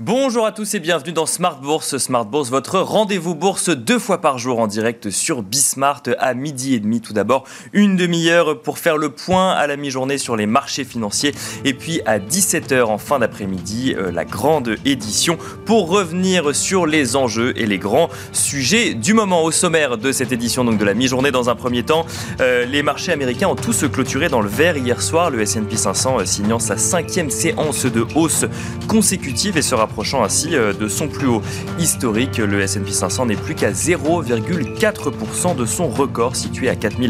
Bonjour à tous et bienvenue dans Smart Bourse. Smart Bourse, votre rendez-vous bourse 2 fois par jour en direct sur Bismart à 12h30. Tout d'abord, une demi-heure pour faire le point à la mi-journée sur les marchés financiers. Et puis à 17h en fin d'après-midi, la grande édition pour revenir sur les enjeux et les grands sujets du moment. Au sommaire de cette édition, donc de la mi-journée, dans un premier temps, les marchés américains ont tous clôturé dans le vert hier soir. Le S&P 500 signant sa 5e séance de hausse consécutive et se rapprochant ainsi de son plus haut historique. Le S&P 500 n'est plus qu'à 0,4% de son record situé à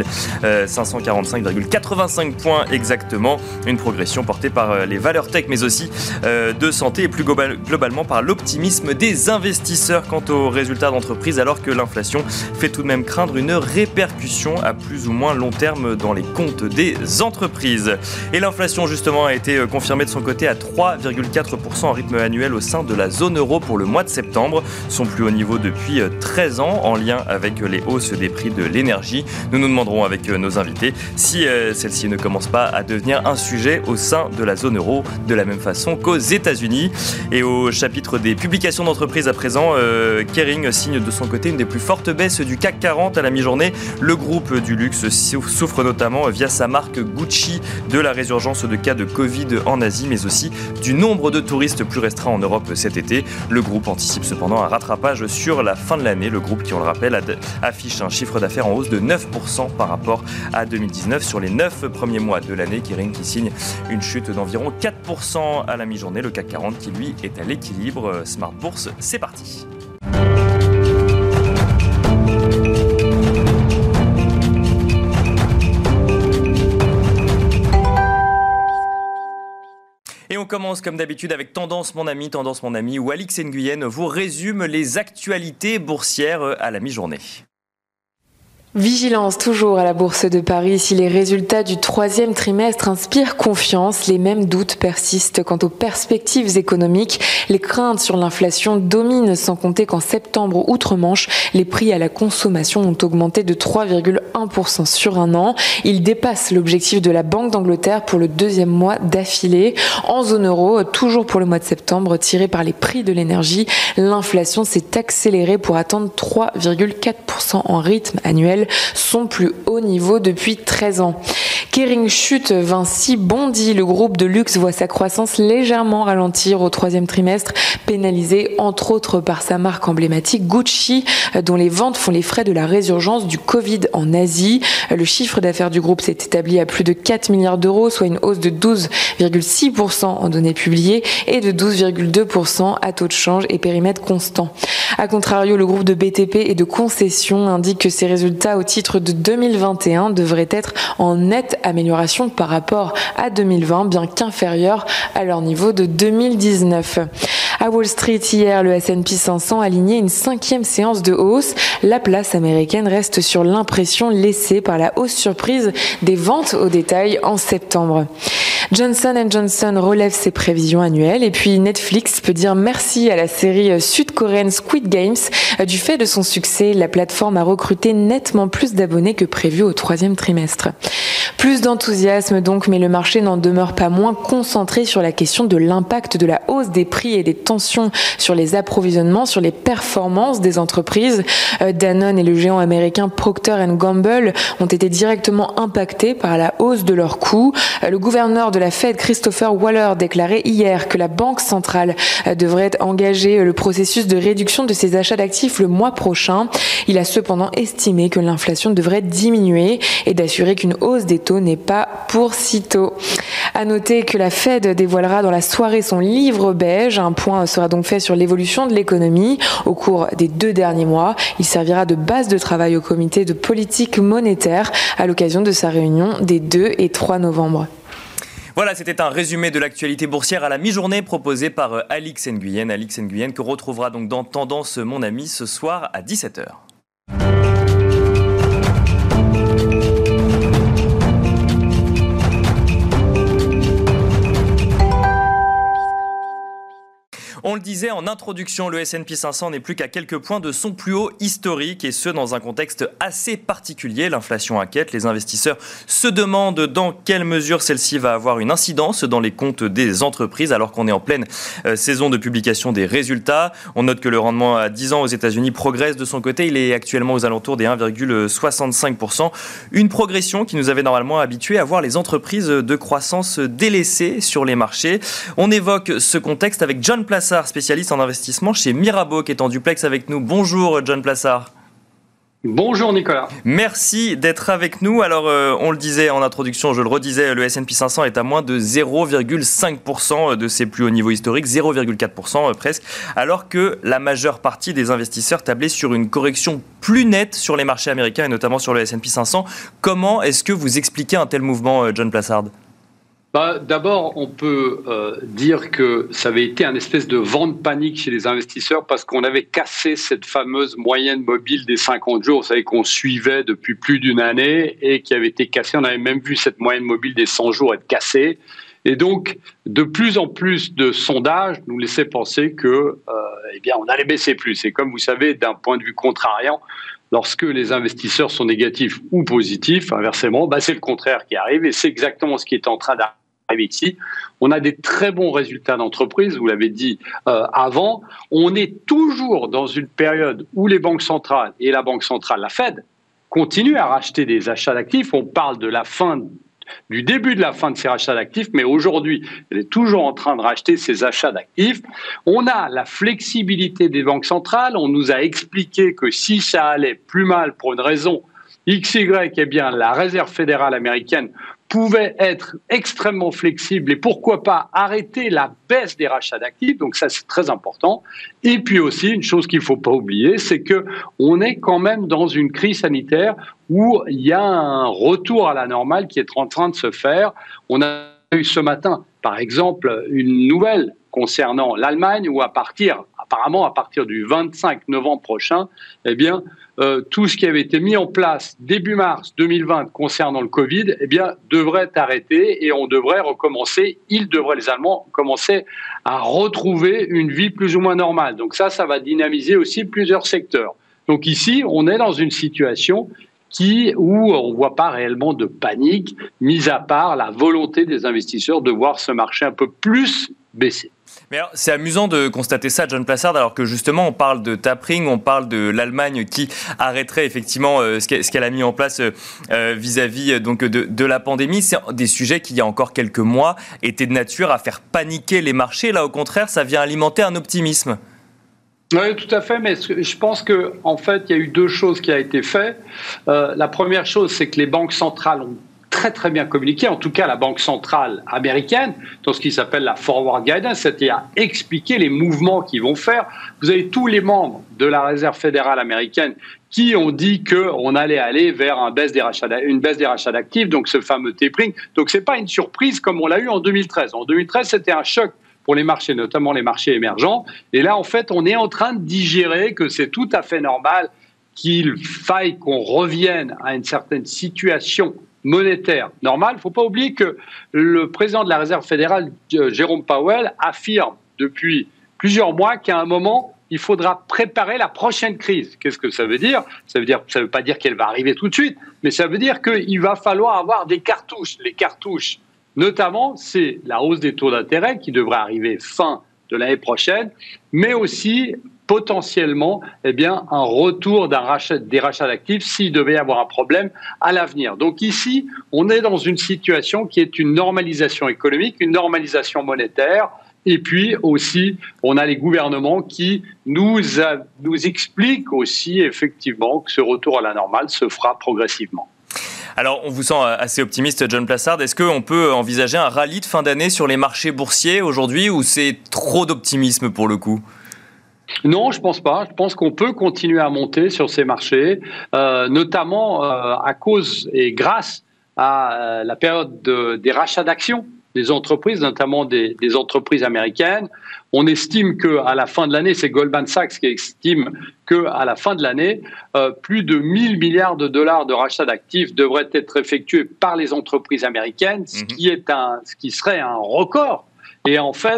4545,85 points exactement. Une progression portée par les valeurs tech mais aussi de santé et plus globalement par l'optimisme des investisseurs quant aux résultats d'entreprise, alors que l'inflation fait tout de même craindre une répercussion à plus ou moins long terme dans les comptes des entreprises. Et l'inflation justement a été confirmée de son côté à 3,4% en rythme annuel au sein de la zone euro pour le mois de septembre, son plus haut niveau depuis 13 ans, en lien avec les hausses des prix de l'énergie. Nous nous demanderons avec nos invités si celle-ci ne commence pas à devenir un sujet au sein de la zone euro, de la même façon qu'aux États-Unis. Et au chapitre des publications d'entreprises à présent, Kering signe de son côté une des plus fortes baisses du CAC 40 à la mi-journée. Le groupe du luxe souffre notamment via sa marque Gucci de la résurgence de cas de Covid en Asie, mais aussi du nombre de touristes plus restreint en Europe cet été. Le groupe anticipe cependant un rattrapage sur la fin de l'année. Le groupe qui, on le rappelle, affiche un chiffre d'affaires en hausse de 9% par rapport à 2019 sur les 9 premiers mois de l'année. Kering qui signe une chute d'environ 4% à la mi-journée. Le CAC 40 qui lui est à l'équilibre. Smart Bourse, c'est parti. Et on commence comme d'habitude avec Tendance mon ami, où Alix Nguyen vous résume les actualités boursières à la mi-journée. Vigilance toujours à la Bourse de Paris. Si les résultats du 3e trimestre inspirent confiance, les mêmes doutes persistent quant aux perspectives économiques. Les craintes sur l'inflation dominent, sans compter qu'en septembre outre-Manche, les prix à la consommation ont augmenté de 3,1% sur un an. Ils dépassent l'objectif de la Banque d'Angleterre pour le 2e mois d'affilée. En zone euro, toujours pour le mois de septembre, tiré par les prix de l'énergie, l'inflation s'est accélérée pour atteindre 3,4% en rythme annuel, son plus haut niveau depuis 13 ans. Kering chute, Vinci bondit. Le groupe de luxe voit sa croissance légèrement ralentir au 3e trimestre, pénalisé entre autres par sa marque emblématique Gucci, dont les ventes font les frais de la résurgence du Covid en Asie. Le chiffre d'affaires du groupe s'est établi à plus de 4 milliards d'euros, soit une hausse de 12,6% en données publiées et de 12,2% à taux de change et périmètre constant. A contrario, le groupe de BTP et de concessions indique que ses résultats au titre de 2021 devraient être en nette amélioration par rapport à 2020, bien qu'inférieurs à leur niveau de 2019. À Wall Street hier, le S&P 500 alignait une 5e séance de hausse. La place américaine reste sur l'impression laissée par la hausse surprise des ventes au détail en septembre. Johnson & Johnson relève ses prévisions annuelles et puis Netflix peut dire merci à la série sud-coréenne Squid Games. Du fait de son succès, la plateforme a recruté nettement plus d'abonnés que prévu au 3e trimestre. Plus d'enthousiasme donc, mais le marché n'en demeure pas moins concentré sur la question de l'impact de la hausse des prix et des tensions sur les approvisionnements, sur les performances des entreprises. Danone et le géant américain Procter & Gamble ont été directement impactés par la hausse de leurs coûts. Le gouverneur de la Fed, Christopher Waller, déclarait hier que la Banque centrale devrait engager le processus de réduction de ses achats d'actifs le mois prochain. Il a cependant estimé que l'inflation devrait diminuer et d'assurer qu'une hausse des taux n'est pas pour sitôt. À noter que la Fed dévoilera dans la soirée son livre beige. Un point sera donc fait sur l'évolution de l'économie au cours des 2 derniers mois. Il servira de base de travail au comité de politique monétaire à l'occasion de sa réunion des 2 et 3 novembre. Voilà, c'était un résumé de l'actualité boursière à la mi-journée proposé par Alix Nguyen. Alix Nguyen que retrouvera donc dans Tendance mon ami ce soir à 17h. On le le disait en introduction, le S&P 500 n'est plus qu'à quelques points de son plus haut historique, et ce dans un contexte assez particulier. L'inflation inquiète, les investisseurs se demandent dans quelle mesure celle-ci va avoir une incidence dans les comptes des entreprises, alors qu'on est en pleine saison de publication des résultats. On note que le rendement à 10 ans aux États-Unis progresse de son côté. Il est actuellement aux alentours des 1,65%. Une progression qui nous avait normalement habitués à voir les entreprises de croissance délaissées sur les marchés. On évoque ce contexte avec John Plassard, spécialiste en investissement chez Mirabeau, qui est en duplex avec nous. Bonjour John Plassard. Bonjour Nicolas. Merci d'être avec nous. Alors, on le disait en introduction, je le redisais, le S&P 500 est à moins de 0,5% de ses plus hauts niveaux historiques, 0,4% presque, alors que la majeure partie des investisseurs tablaient sur une correction plus nette sur les marchés américains et notamment sur le S&P 500. Comment est-ce que vous expliquez un tel mouvement, John Plassard ? D'abord, on peut dire que ça avait été un espèce de vent de panique chez les investisseurs parce qu'on avait cassé cette fameuse moyenne mobile des 50 jours, vous savez, qu'on suivait depuis plus d'une année et qui avait été cassée. On avait même vu cette moyenne mobile des 100 jours être cassée. Et donc, de plus en plus de sondages nous laissaient penser que, on allait baisser plus. Et comme vous savez, d'un point de vue contrariant, lorsque les investisseurs sont négatifs ou positifs, inversement, c'est le contraire qui arrive et c'est exactement ce qui est en train d'arriver ici. On a des très bons résultats d'entreprise, vous l'avez dit avant. On est toujours dans une période où les banques centrales et la banque centrale, la Fed, continuent à racheter des achats d'actifs. On parle de la fin du début de la fin de ces rachats d'actifs, mais aujourd'hui, elle est toujours en train de racheter ces achats d'actifs. On a la flexibilité des banques centrales. On nous a expliqué que si ça allait plus mal pour une raison XY, la Réserve fédérale américaine pouvait être extrêmement flexible et pourquoi pas arrêter la baisse des rachats d'actifs. Donc ça, c'est très important. Et puis aussi, une chose qu'il ne faut pas oublier, c'est qu'on est quand même dans une crise sanitaire où il y a un retour à la normale qui est en train de se faire. On a eu ce matin, par exemple, une nouvelle concernant l'Allemagne où apparemment à partir du 25 novembre prochain, tout ce qui avait été mis en place début mars 2020 concernant le Covid, devrait être arrêté et on devrait recommencer, les Allemands, commencer à retrouver une vie plus ou moins normale. Donc ça va dynamiser aussi plusieurs secteurs. Donc ici, on est dans une situation où on ne voit pas réellement de panique, mis à part la volonté des investisseurs de voir ce marché un peu plus baisser. Mais alors, c'est amusant de constater ça, John Plassard, alors que justement on parle de tapering, on parle de l'Allemagne qui arrêterait effectivement ce qu'elle a mis en place vis-à-vis donc de la pandémie. C'est des sujets qui, il y a encore quelques mois, étaient de nature à faire paniquer les marchés. Là, au contraire, ça vient alimenter un optimisme. Oui, tout à fait, mais je pense qu'en fait, il y a eu deux choses qui ont été faites. La première chose, c'est que les banques centrales ont très très bien communiqué, en tout cas la Banque centrale américaine, dans ce qui s'appelle la forward guidance, c'est-à-dire expliquer les mouvements qu'ils vont faire. Vous avez tous les membres de la Réserve fédérale américaine qui ont dit qu'on allait aller vers une baisse des rachats d'actifs, donc ce fameux tapering. Donc ce n'est pas une surprise comme on l'a eu en 2013. En 2013, c'était un choc pour les marchés, notamment les marchés émergents. Et là, en fait, on est en train de digérer que c'est tout à fait normal qu'il faille qu'on revienne à une certaine situation monétaire normale. Il ne faut pas oublier que le président de la Réserve fédérale, Jérôme Powell, affirme depuis plusieurs mois qu'à un moment, il faudra préparer la prochaine crise. Qu'est-ce que ça veut dire ? Ça veut pas dire qu'elle va arriver tout de suite, mais ça veut dire qu'il va falloir avoir des cartouches. Les cartouches, notamment, c'est la hausse des taux d'intérêt qui devrait arriver fin de l'année prochaine, mais aussi potentiellement un retour des rachats d'actifs s'il devait y avoir un problème à l'avenir. Donc ici, on est dans une situation qui est une normalisation économique, une normalisation monétaire, et puis aussi, on a les gouvernements qui nous expliquent aussi effectivement que ce retour à la normale se fera progressivement. Alors, on vous sent assez optimiste, John Plassard. Est-ce qu'on peut envisager un rallye de fin d'année sur les marchés boursiers aujourd'hui ou c'est trop d'optimisme pour le coup ? Non, je pense pas. Je pense qu'on peut continuer à monter sur ces marchés, notamment à cause et grâce à la période des rachats d'actions des entreprises, notamment des entreprises américaines. On estime qu'à la fin de l'année, c'est Goldman Sachs qui estime qu'à la fin de l'année, plus de 1 000 milliards de dollars de rachats d'actifs devraient être effectués par les entreprises américaines, ce qui serait un record. Et en fait,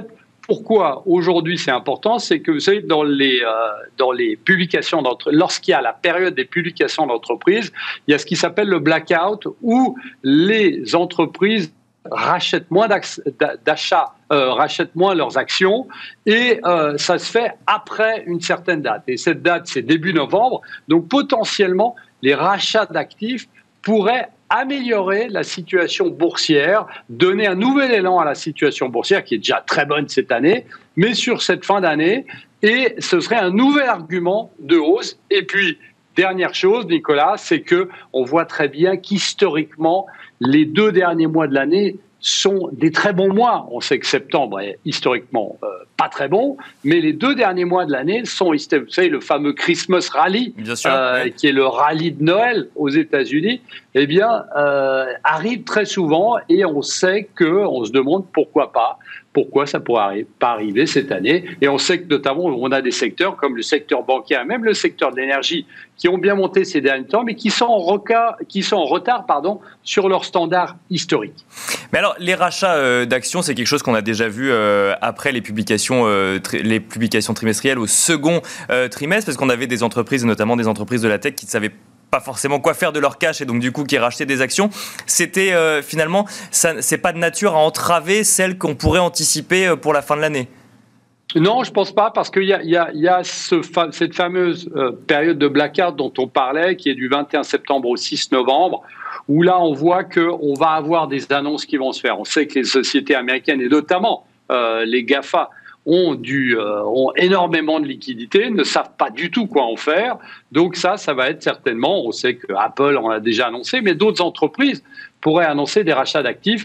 pourquoi aujourd'hui c'est important, c'est que vous savez, dans les publications lorsqu'il y a la période des publications d'entreprise, il y a ce qui s'appelle le blackout, où les entreprises rachètent moins rachètent moins leurs actions, et ça se fait après une certaine date. Et cette date, c'est début novembre. Donc potentiellement, les rachats d'actifs pourraient améliorer la situation boursière, donner un nouvel élan à la situation boursière qui est déjà très bonne cette année, mais sur cette fin d'année, et ce serait un nouvel argument de hausse. Et puis, dernière chose, Nicolas, c'est que on voit très bien qu'historiquement, les 2 derniers mois de l'année sont des très bons mois. On sait que septembre est historiquement pas très bon, mais les 2 derniers mois de l'année sont, vous savez, le fameux Christmas Rally, qui est le rallye de Noël aux États-Unis, eh bien, arrive très souvent, et on sait on se demande pourquoi ça pourrait pas arriver cette année. Et on sait que notamment, on a des secteurs comme le secteur bancaire, même le secteur de l'énergie, qui ont bien monté ces derniers temps, mais qui sont en retard sur leurs standards historiques. Mais alors, les rachats d'actions, c'est quelque chose qu'on a déjà vu après les publications trimestrielles au second trimestre, parce qu'on avait des entreprises, notamment des entreprises de la tech, qui ne savaient pas forcément quoi faire de leur cash et donc du coup qui rachetaient des actions. C'était finalement, c'est pas de nature à entraver celle qu'on pourrait anticiper pour la fin de l'année. Non, je pense pas, parce qu'il y a cette fameuse période de blackout dont on parlait, qui est du 21 septembre au 6 novembre, où là on voit qu'on va avoir des annonces qui vont se faire. On sait que les sociétés américaines, et notamment les GAFA, ont énormément de liquidités, ne savent pas du tout quoi en faire. Donc ça va être certainement, on sait que Apple en a déjà annoncé, mais d'autres entreprises pourraient annoncer des rachats d'actifs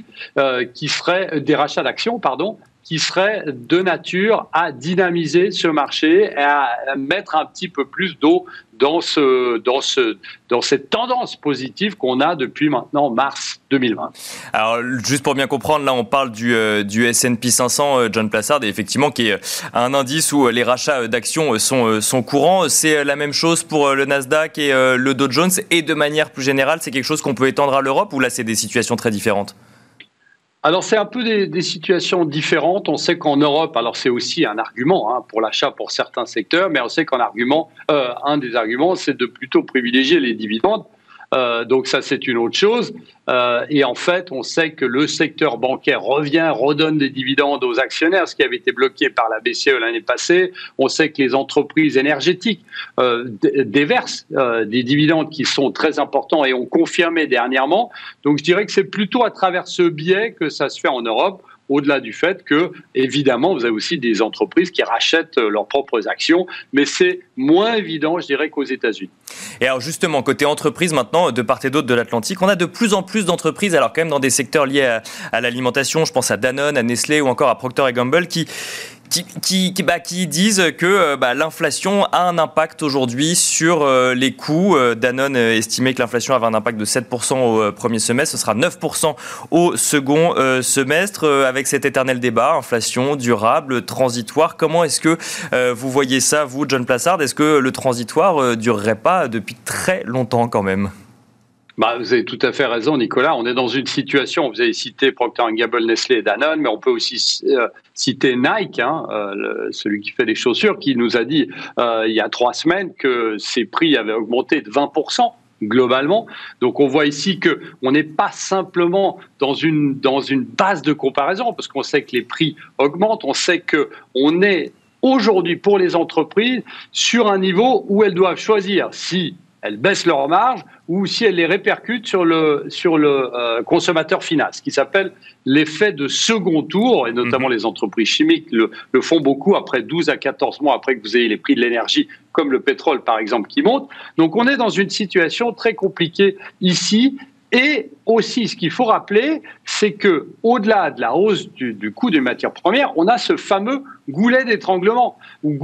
des rachats d'actions, qui seraient de nature à dynamiser ce marché et à mettre un petit peu plus d'eau dans cette tendance positive qu'on a depuis maintenant mars 2020. Alors, juste pour bien comprendre, là, on parle du S&P 500, John Plassard, et effectivement, qui est un indice où les rachats d'actions sont courants. C'est la même chose pour le Nasdaq et le Dow Jones, et de manière plus générale, c'est quelque chose qu'on peut étendre à l'Europe, ou là, c'est des situations très différentes ? Alors, c'est un peu des situations différentes. On sait qu'en Europe, alors c'est aussi un argument pour l'achat pour certains secteurs, mais on sait qu'un un des arguments, c'est de plutôt privilégier les dividendes. Donc ça, c'est une autre chose. Et en fait, on sait que le secteur bancaire redonne des dividendes aux actionnaires, ce qui avait été bloqué par la BCE l'année passée. On sait que les entreprises énergétiques déversent des dividendes qui sont très importants et ont confirmé dernièrement. Donc je dirais que c'est plutôt à travers ce biais que ça se fait en Europe, au-delà du fait que, évidemment, vous avez aussi des entreprises qui rachètent leurs propres actions, mais c'est moins évident, je dirais, qu'aux États-Unis. Et alors justement, côté entreprise maintenant, de part et d'autre de l'Atlantique, on a de plus en plus d'entreprises, alors quand même dans des secteurs liés à l'alimentation, je pense à Danone, à Nestlé ou encore à Procter & Gamble, qui disent que l'inflation a un impact aujourd'hui sur les coûts. Danone estimait que l'inflation avait un impact de 7% au premier semestre, ce sera 9% au second semestre, avec cet éternel débat, inflation durable, transitoire. Comment est-ce que vous voyez ça, vous, John Plassard ? Est-ce que le transitoire durerait pas depuis très longtemps quand même ? Vous avez tout à fait raison, Nicolas. On est dans une situation, vous avez cité Procter & Gamble, Nestlé et Danone, mais on peut aussi citer Nike, celui qui fait les chaussures, qui nous a dit il y a 3 semaines que ses prix avaient augmenté de 20%. Globalement. Donc on voit ici qu'on n'est pas simplement dans une base de comparaison, parce qu'on sait que les prix augmentent, on sait qu'on est aujourd'hui pour les entreprises sur un niveau où elles doivent choisir si elles baissent leurs marges ou si elles les répercutent sur le consommateur final, ce qui s'appelle l'effet de second tour, et notamment les entreprises chimiques le font beaucoup après 12 à 14 mois après que vous ayez les prix de l'énergie, comme le pétrole par exemple, qui montent. Donc on est dans une situation très compliquée ici. Et aussi, ce qu'il faut rappeler, c'est que au-delà de la hausse du coût des matières premières, on a ce fameux goulot d'étranglement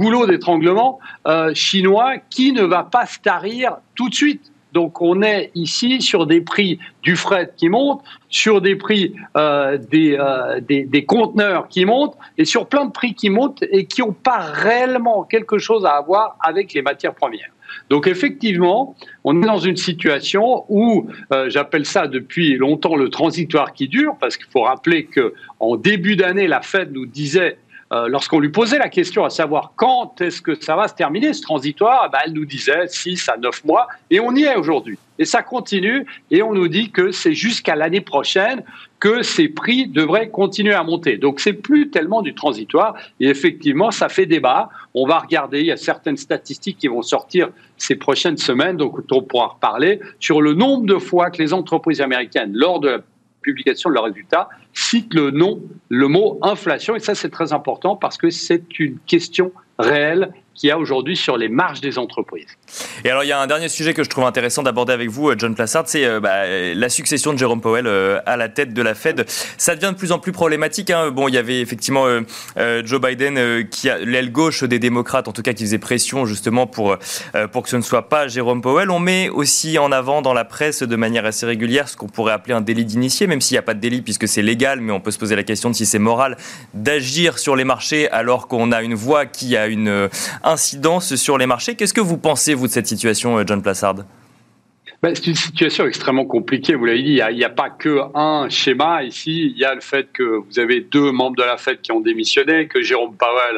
chinois qui ne va pas se tarir tout de suite. Donc on est ici sur des prix du fret qui montent, sur des prix des conteneurs qui montent, et sur plein de prix qui montent et qui n'ont pas réellement quelque chose à voir avec les matières premières. Donc effectivement, on est dans une situation où j'appelle ça depuis longtemps le transitoire qui dure, parce qu'il faut rappeler qu'en début d'année, la Fed nous disait lorsqu'on lui posait la question à savoir quand est-ce que ça va se terminer, ce transitoire, elle nous disait 6 à 9 mois, et on y est aujourd'hui. Et ça continue, et on nous dit que c'est jusqu'à l'année prochaine que ces prix devraient continuer à monter. Donc, c'est plus tellement du transitoire, et effectivement, ça fait débat. On va regarder, il y a certaines statistiques qui vont sortir ces prochaines semaines, donc on pourra reparler sur le nombre de fois que les entreprises américaines, lors de la publication de leurs résultats, citent le mot inflation, et ça, c'est très important parce que c'est une question réelle qu'il y a aujourd'hui sur les marges des entreprises. Et alors, il y a un dernier sujet que je trouve intéressant d'aborder avec vous, John Plassard, c'est la succession de Jérôme Powell à la tête de la Fed. Ça devient de plus en plus problématique. Bon, il y avait effectivement Joe Biden, l'aile gauche des démocrates, en tout cas, qui faisait pression justement pour que ce ne soit pas Jérôme Powell. On met aussi en avant dans la presse de manière assez régulière ce qu'on pourrait appeler un délit d'initié, même s'il n'y a pas de délit puisque c'est légal, mais on peut se poser la question de si c'est moral d'agir sur les marchés alors qu'on a une voix qui a une incidence sur les marchés. Qu'est-ce que vous pensez, vous, de cette situation, John Plassard ? C'est une situation extrêmement compliquée, vous l'avez dit, il n'y a pas qu'un schéma ici, il y a le fait que vous avez 2 membres de la Fed qui ont démissionné, que Jérôme Powell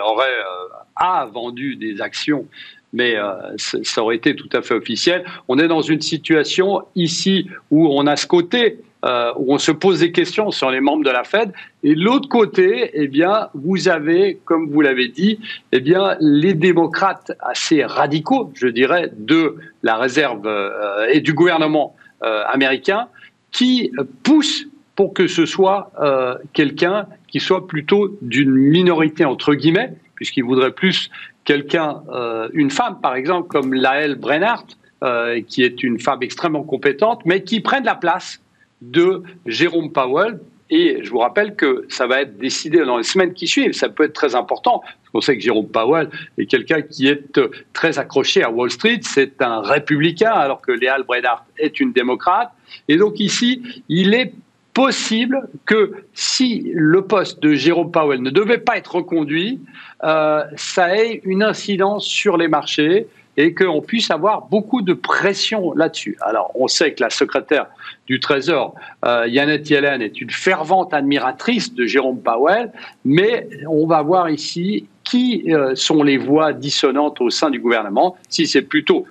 a vendu des actions, mais ça aurait été tout à fait officiel. On est dans une situation ici où on a ce côté où on se pose des questions sur les membres de la Fed. Et de l'autre côté, vous avez, comme vous l'avez dit, les démocrates assez radicaux, je dirais, de la réserve et du gouvernement américain qui poussent pour que ce soit quelqu'un qui soit plutôt d'une minorité, entre guillemets, puisqu'ils voudraient plus quelqu'un, une femme, par exemple, comme Lael Brainard, qui est une femme extrêmement compétente, mais qui prenne la place de Jérôme Powell. Et je vous rappelle que ça va être décidé dans les semaines qui suivent. Ça peut être très important, parce qu'on sait que Jérôme Powell est quelqu'un qui est très accroché à Wall Street. C'est un républicain, alors que Lael Brainard est une démocrate. Et donc ici, il est possible que si le poste de Jérôme Powell ne devait pas être reconduit, ça ait une incidence sur les marchés et qu'on puisse avoir beaucoup de pression là-dessus. Alors, on sait que la secrétaire du Trésor, Janet Yellen, est une fervente admiratrice de Jérôme Powell, mais on va voir ici qui sont les voix dissonantes au sein du gouvernement, si c'est plutôt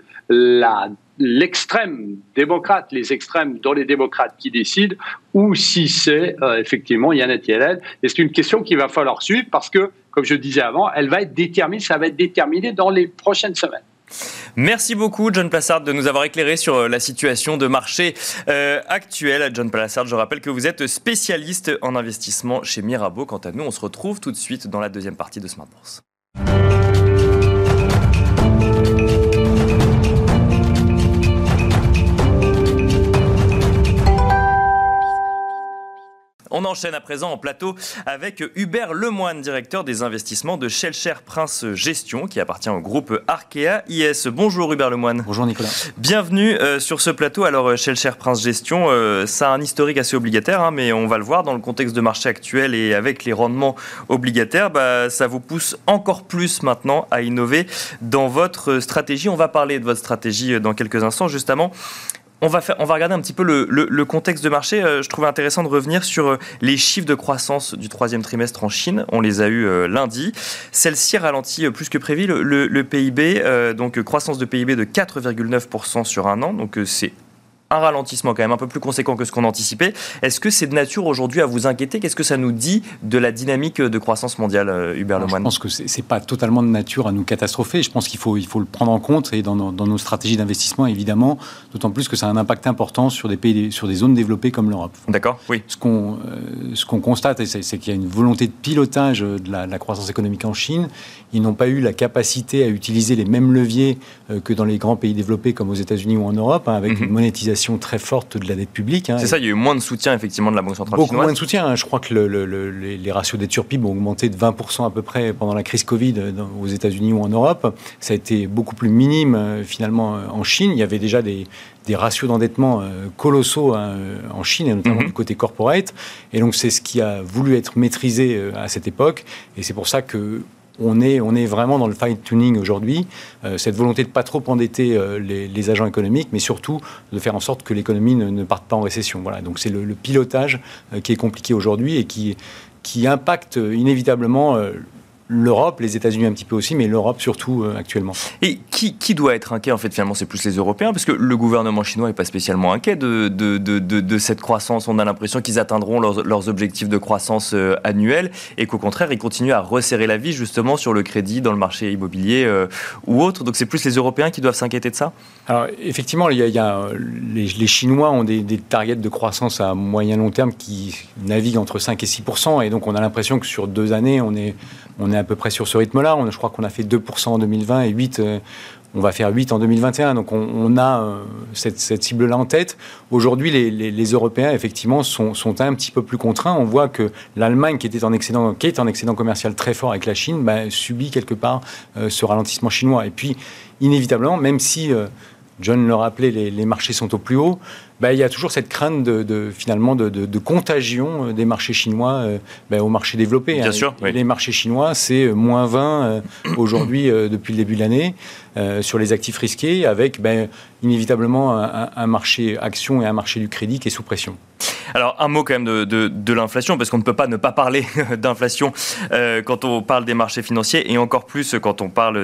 l'extrême démocrate, les extrêmes dans les démocrates qui décident, ou si c'est effectivement Janet Yellen. Et c'est une question qu'il va falloir suivre parce que, comme je le disais avant, ça va être déterminé dans les prochaines semaines. Merci beaucoup, John Plassard, de nous avoir éclairé sur la situation de marché actuelle. John Plassard, je rappelle que vous êtes spécialiste en investissement chez Mirabeau. Quant à nous, on se retrouve tout de suite dans la deuxième partie de Smart Bourse. On enchaîne à présent en plateau avec Hubert Lemoine, directeur des investissements de Shellshare Prince Gestion, qui appartient au groupe Arkea IS. Bonjour Hubert Lemoine. Bonjour Nicolas. Bienvenue sur ce plateau. Alors Shellshare Prince Gestion, ça a un historique assez obligataire, mais on va le voir dans le contexte de marché actuel et avec les rendements obligataires, ça vous pousse encore plus maintenant à innover dans votre stratégie. On va parler de votre stratégie dans quelques instants, justement. On va regarder un petit peu le contexte de marché. Je trouvais intéressant de revenir sur les chiffres de croissance du troisième trimestre en Chine. On les a eus lundi. Celle-ci ralentit plus que prévu. Le PIB, donc croissance de PIB de 4,9% sur un an. Donc c'est un ralentissement quand même un peu plus conséquent que ce qu'on anticipait. Est-ce que c'est de nature aujourd'hui à vous inquiéter ? Qu'est-ce que ça nous dit de la dynamique de croissance mondiale, Hubert Lemoine ? Je pense que c'est pas totalement de nature à nous catastropher. Je pense qu'il faut le prendre en compte et dans nos stratégies d'investissement, évidemment, d'autant plus que ça a un impact important sur des pays, sur des zones développées comme l'Europe. D'accord, oui. Ce qu'on constate, c'est qu'il y a une volonté de pilotage de la croissance économique en Chine. Ils n'ont pas eu la capacité à utiliser les mêmes leviers que dans les grands pays développés comme aux États-Unis ou en Europe, avec une monétisation très forte de la dette publique. C'est ça, il y a eu moins de soutien effectivement de la Banque centrale chinoise. Beaucoup moins de soutien. Je crois que les ratios dette sur PIB ont augmenté de 20% à peu près pendant la crise Covid aux États-Unis ou en Europe. Ça a été beaucoup plus minime finalement en Chine. Il y avait déjà des ratios d'endettement colossaux en Chine, et notamment du côté corporate. Et donc c'est ce qui a voulu être maîtrisé à cette époque. Et c'est pour ça que on est vraiment dans le fine-tuning aujourd'hui, cette volonté de ne pas trop endetter les agents économiques, mais surtout de faire en sorte que l'économie ne parte pas en récession. Voilà. Donc c'est le pilotage qui est compliqué aujourd'hui et qui impacte inévitablement l'Europe, les États-Unis un petit peu aussi, mais l'Europe surtout actuellement. Et qui doit être inquiet en fait finalement? C'est plus les Européens, parce que le gouvernement chinois n'est pas spécialement inquiet de cette croissance. On a l'impression qu'ils atteindront leurs objectifs de croissance annuels et qu'au contraire ils continuent à resserrer la vis justement sur le crédit dans le marché immobilier ou autre. Donc c'est plus les Européens qui doivent s'inquiéter de ça? Alors effectivement, les Chinois ont des targets de croissance à moyen long terme qui naviguent entre 5 et 6%, et donc on a l'impression que sur 2 années on est à peu près sur ce rythme-là. Je crois qu'on a fait 2% en 2020 et 8%. On va faire 8 en 2021, donc on a cette cible-là en tête. Aujourd'hui, les Européens, effectivement, sont un petit peu plus contraints. On voit que l'Allemagne, qui est en excédent commercial très fort avec la Chine, subit quelque part ce ralentissement chinois. Et puis, inévitablement, même si John le rappelait, les marchés sont au plus haut, il y a toujours cette crainte finalement de contagion des marchés chinois aux marchés développés. Bien sûr, oui. Les marchés chinois, c'est moins 20 aujourd'hui depuis le début de l'année sur les actifs risqués, avec inévitablement un marché action et un marché du crédit qui est sous pression. Alors, un mot quand même de l'inflation, parce qu'on ne peut pas ne pas parler d'inflation quand on parle des marchés financiers, et encore plus quand on parle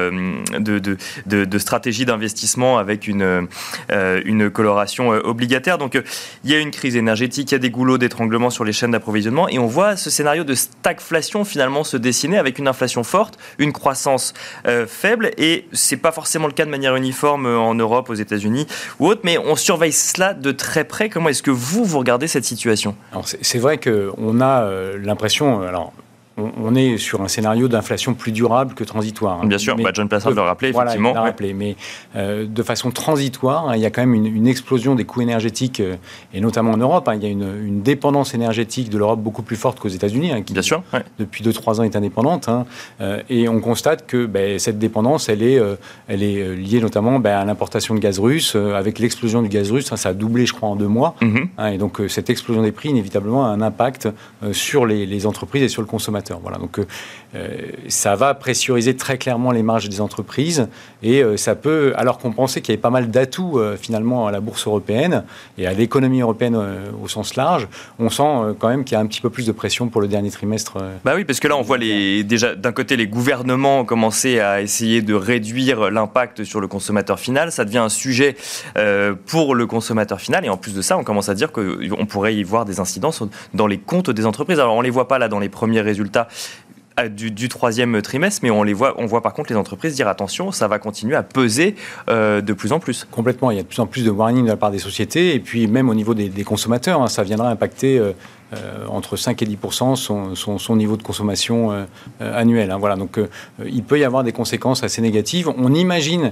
de stratégie d'investissement avec une coloration obligataire. Donc, il y a une crise énergétique, il y a des goulots d'étranglement sur les chaînes d'approvisionnement, et on voit ce scénario de stagflation finalement se dessiner avec une inflation forte, une croissance faible, et c'est pas forcément le cas de manière uniforme en Europe, aux États-Unis ou autre, mais on surveille cela de très près. Comment est-ce que vous regardez cette situation? Alors c'est vrai qu'on a l'impression... On est sur un scénario d'inflation plus durable que transitoire. Bien sûr, John Plassard l'a rappelé, effectivement. Voilà, il l'a rappelé, mais de façon transitoire, il y a quand même une explosion des coûts énergétiques, et notamment en Europe. Il y a une dépendance énergétique de l'Europe beaucoup plus forte qu'aux États-Unis, qui, bien sûr, depuis 2-3 ans, est indépendante. Et on constate que cette dépendance, elle est liée notamment à l'importation de gaz russe. Avec l'explosion du gaz russe, ça a doublé, je crois, en 2 mois. Et donc, cette explosion des prix, inévitablement, a un impact sur les entreprises et sur le consommateur. Voilà, donc ça va pressuriser très clairement les marges des entreprises, et ça peut, alors qu'on pensait qu'il y avait pas mal d'atouts finalement à la bourse européenne et à l'économie européenne au sens large, on sent quand même qu'il y a un petit peu plus de pression pour le dernier trimestre. Oui, parce que là on voit déjà d'un côté les gouvernements commencer à essayer de réduire l'impact sur le consommateur final, ça devient un sujet pour le consommateur final, et en plus de ça on commence à dire qu'on pourrait y voir des incidences dans les comptes des entreprises. Alors on les voit pas là dans les premiers résultats du troisième trimestre, mais on voit par contre les entreprises dire attention, ça va continuer à peser de plus en plus. Complètement, il y a de plus en plus de warning de la part des sociétés, et puis même au niveau des consommateurs, ça viendra impacter entre 5 et 10% son niveau de consommation annuel. Voilà, donc il peut y avoir des conséquences assez négatives. On imagine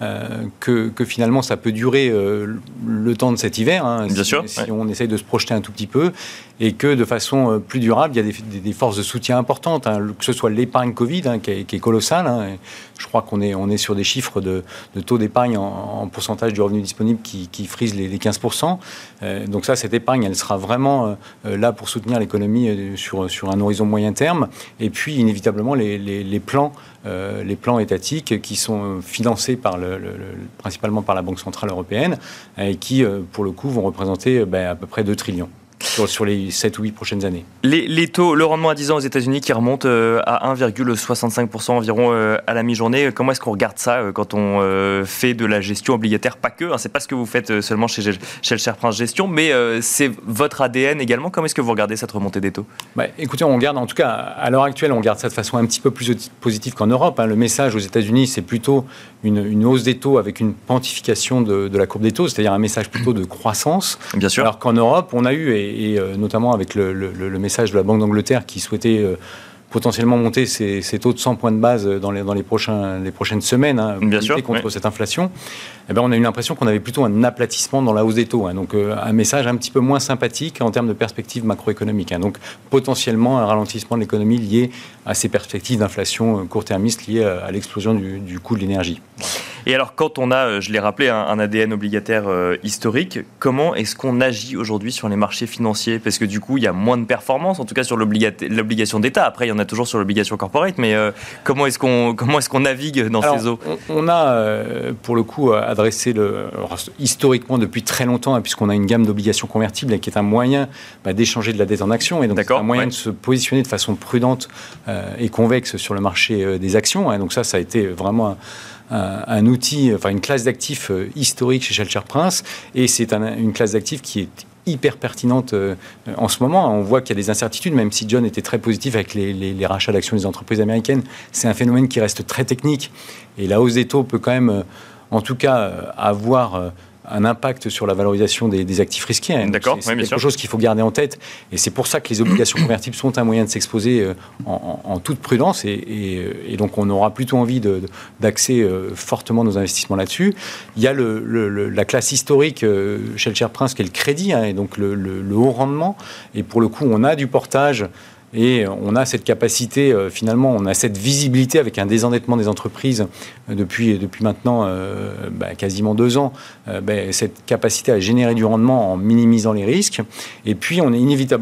que finalement ça peut durer le temps de cet hiver, Bien sûr, si on essaye de se projeter un tout petit peu, et que de façon plus durable, il y a des forces de soutien importantes, que ce soit l'épargne Covid qui est colossale. Je crois qu'on est sur des chiffres de taux d'épargne en pourcentage du revenu disponible qui frisent les 15%. Donc cette épargne, elle sera vraiment là pour soutenir l'économie sur un horizon moyen terme. Et puis, inévitablement, les plans étatiques qui sont financés principalement par la Banque Centrale Européenne, et qui, pour le coup, vont représenter à peu près 2 trillions. Sur les 7 ou 8 prochaines années. Les taux, le rendement à 10 ans aux États-Unis qui remonte à 1,65% environ à la mi-journée. Comment est-ce qu'on regarde ça quand on fait de la gestion obligataire? Pas que, c'est pas ce que vous faites seulement chez le Cher Prince Gestion, mais c'est votre ADN également. Comment est-ce que vous regardez cette remontée des taux? Écoutez, on regarde, en tout cas, à l'heure actuelle, on regarde ça de façon un petit peu plus positive qu'en Europe. Le message aux États-Unis, c'est plutôt une hausse des taux avec une quantification de la courbe des taux, c'est-à-dire un message plutôt de croissance. Bien sûr. Alors qu'en Europe, on a eu, et notamment avec le message de la Banque d'Angleterre qui souhaitait potentiellement monter ses taux de 100 points de base dans les prochaines semaines pour lutter contre cette inflation, on a eu l'impression qu'on avait plutôt un aplatissement dans la hausse des taux. Donc un message un petit peu moins sympathique en termes de perspectives macroéconomiques. Donc potentiellement un ralentissement de l'économie lié à ces perspectives d'inflation court-termiste liées à l'explosion du coût de l'énergie. Et alors, quand on a, je l'ai rappelé, un ADN obligataire historique, comment est-ce qu'on agit aujourd'hui sur les marchés financiers? Parce que du coup, il y a moins de performance, en tout cas sur l'obligation d'État. Après, il y en a toujours sur l'obligation corporate, mais comment est-ce qu'on navigue dans ces eaux? On a, pour le coup, adressé historiquement depuis très longtemps, puisqu'on a une gamme d'obligations convertibles qui est un moyen d'échanger de la dette en actions, et donc c'est un moyen de se positionner de façon prudente et convexe sur le marché des actions. Donc ça a été vraiment un outil, enfin une classe d'actifs historique chez Schelcher Prince, et c'est une classe d'actifs qui est hyper pertinente en ce moment. On voit qu'il y a des incertitudes, même si John était très positif avec les rachats d'actions des entreprises américaines. C'est un phénomène qui reste très technique, et la hausse des taux peut quand même, en tout cas, avoir un impact sur la valorisation des actifs risqués. D'accord, c'est quelque chose qu'il faut garder en tête, et c'est pour ça que les obligations convertibles sont un moyen de s'exposer en toute prudence, et donc on aura plutôt envie d'axer fortement nos investissements là-dessus. Il y a la classe historique Schelcher Prince qui est le crédit, et donc le haut rendement, et pour le coup on a du portage. Et on a cette capacité, finalement, on a cette visibilité avec un désendettement des entreprises depuis maintenant quasiment 2 ans, cette capacité à générer du rendement en minimisant les risques. Et puis, on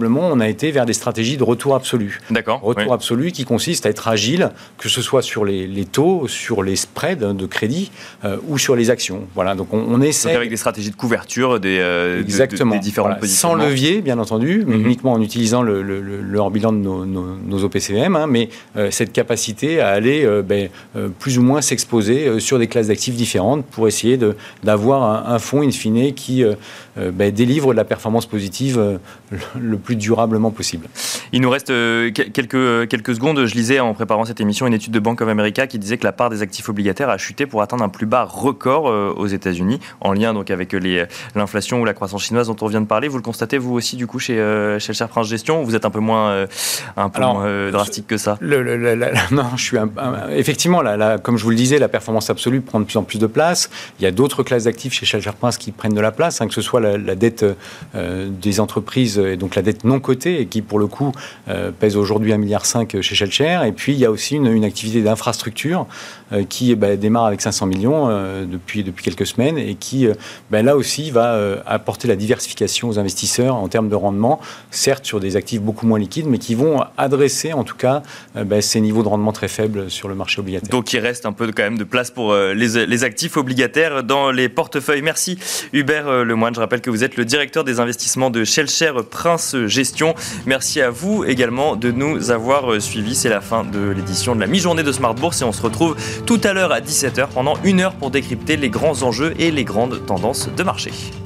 a été vers des stratégies de retour absolu. D'accord. Retour absolu qui consiste à être agile, que ce soit sur les taux, sur les spreads de crédit ou sur les actions. Voilà, donc on essaie... Donc avec des stratégies de couverture des différentes positions. Sans levier, bien entendu, mais uniquement en utilisant le hors-bilan de nos OPCVM, mais cette capacité à aller plus ou moins s'exposer sur des classes d'actifs différentes pour essayer d'avoir un fonds in fine qui délivre de la performance positive le plus durablement possible. Il nous reste quelques secondes. Je lisais en préparant cette émission une étude de Bank of America qui disait que la part des actifs obligataires a chuté pour atteindre un plus bas record aux États-Unis, en lien donc avec l'inflation ou la croissance chinoise dont on vient de parler. Vous le constatez vous aussi du coup chez Schelcher Prince Gestion? Vous êtes un peu moins drastique que ça? Non, je suis effectivement, comme je vous le disais, la performance absolue prend de plus en plus de place. Il y a d'autres classes d'actifs chez Schelcher Prince qui prennent de la place, que ce soit la dette des entreprises, et donc la dette non cotée, et qui pour le coup pèse aujourd'hui 1,5 milliard chez Schelcher. Et puis il y a aussi une activité d'infrastructure qui démarre avec 500 millions depuis quelques semaines, et qui là aussi va apporter la diversification aux investisseurs en termes de rendement, certes sur des actifs beaucoup moins liquides, mais qui vont adresser en tout cas ces niveaux de rendement très faibles sur le marché obligataire. Donc il reste un peu quand même de place pour les actifs obligataires dans les portefeuilles. Merci Hubert Lemoine. Je rappelle que vous êtes le directeur des investissements de Schelcher Prince Gestion. Merci à vous également de nous avoir suivis. C'est la fin de l'édition de la mi-journée de Smart Bourse, et on se retrouve tout à l'heure à 17h pendant 1 heure pour décrypter les grands enjeux et les grandes tendances de marché.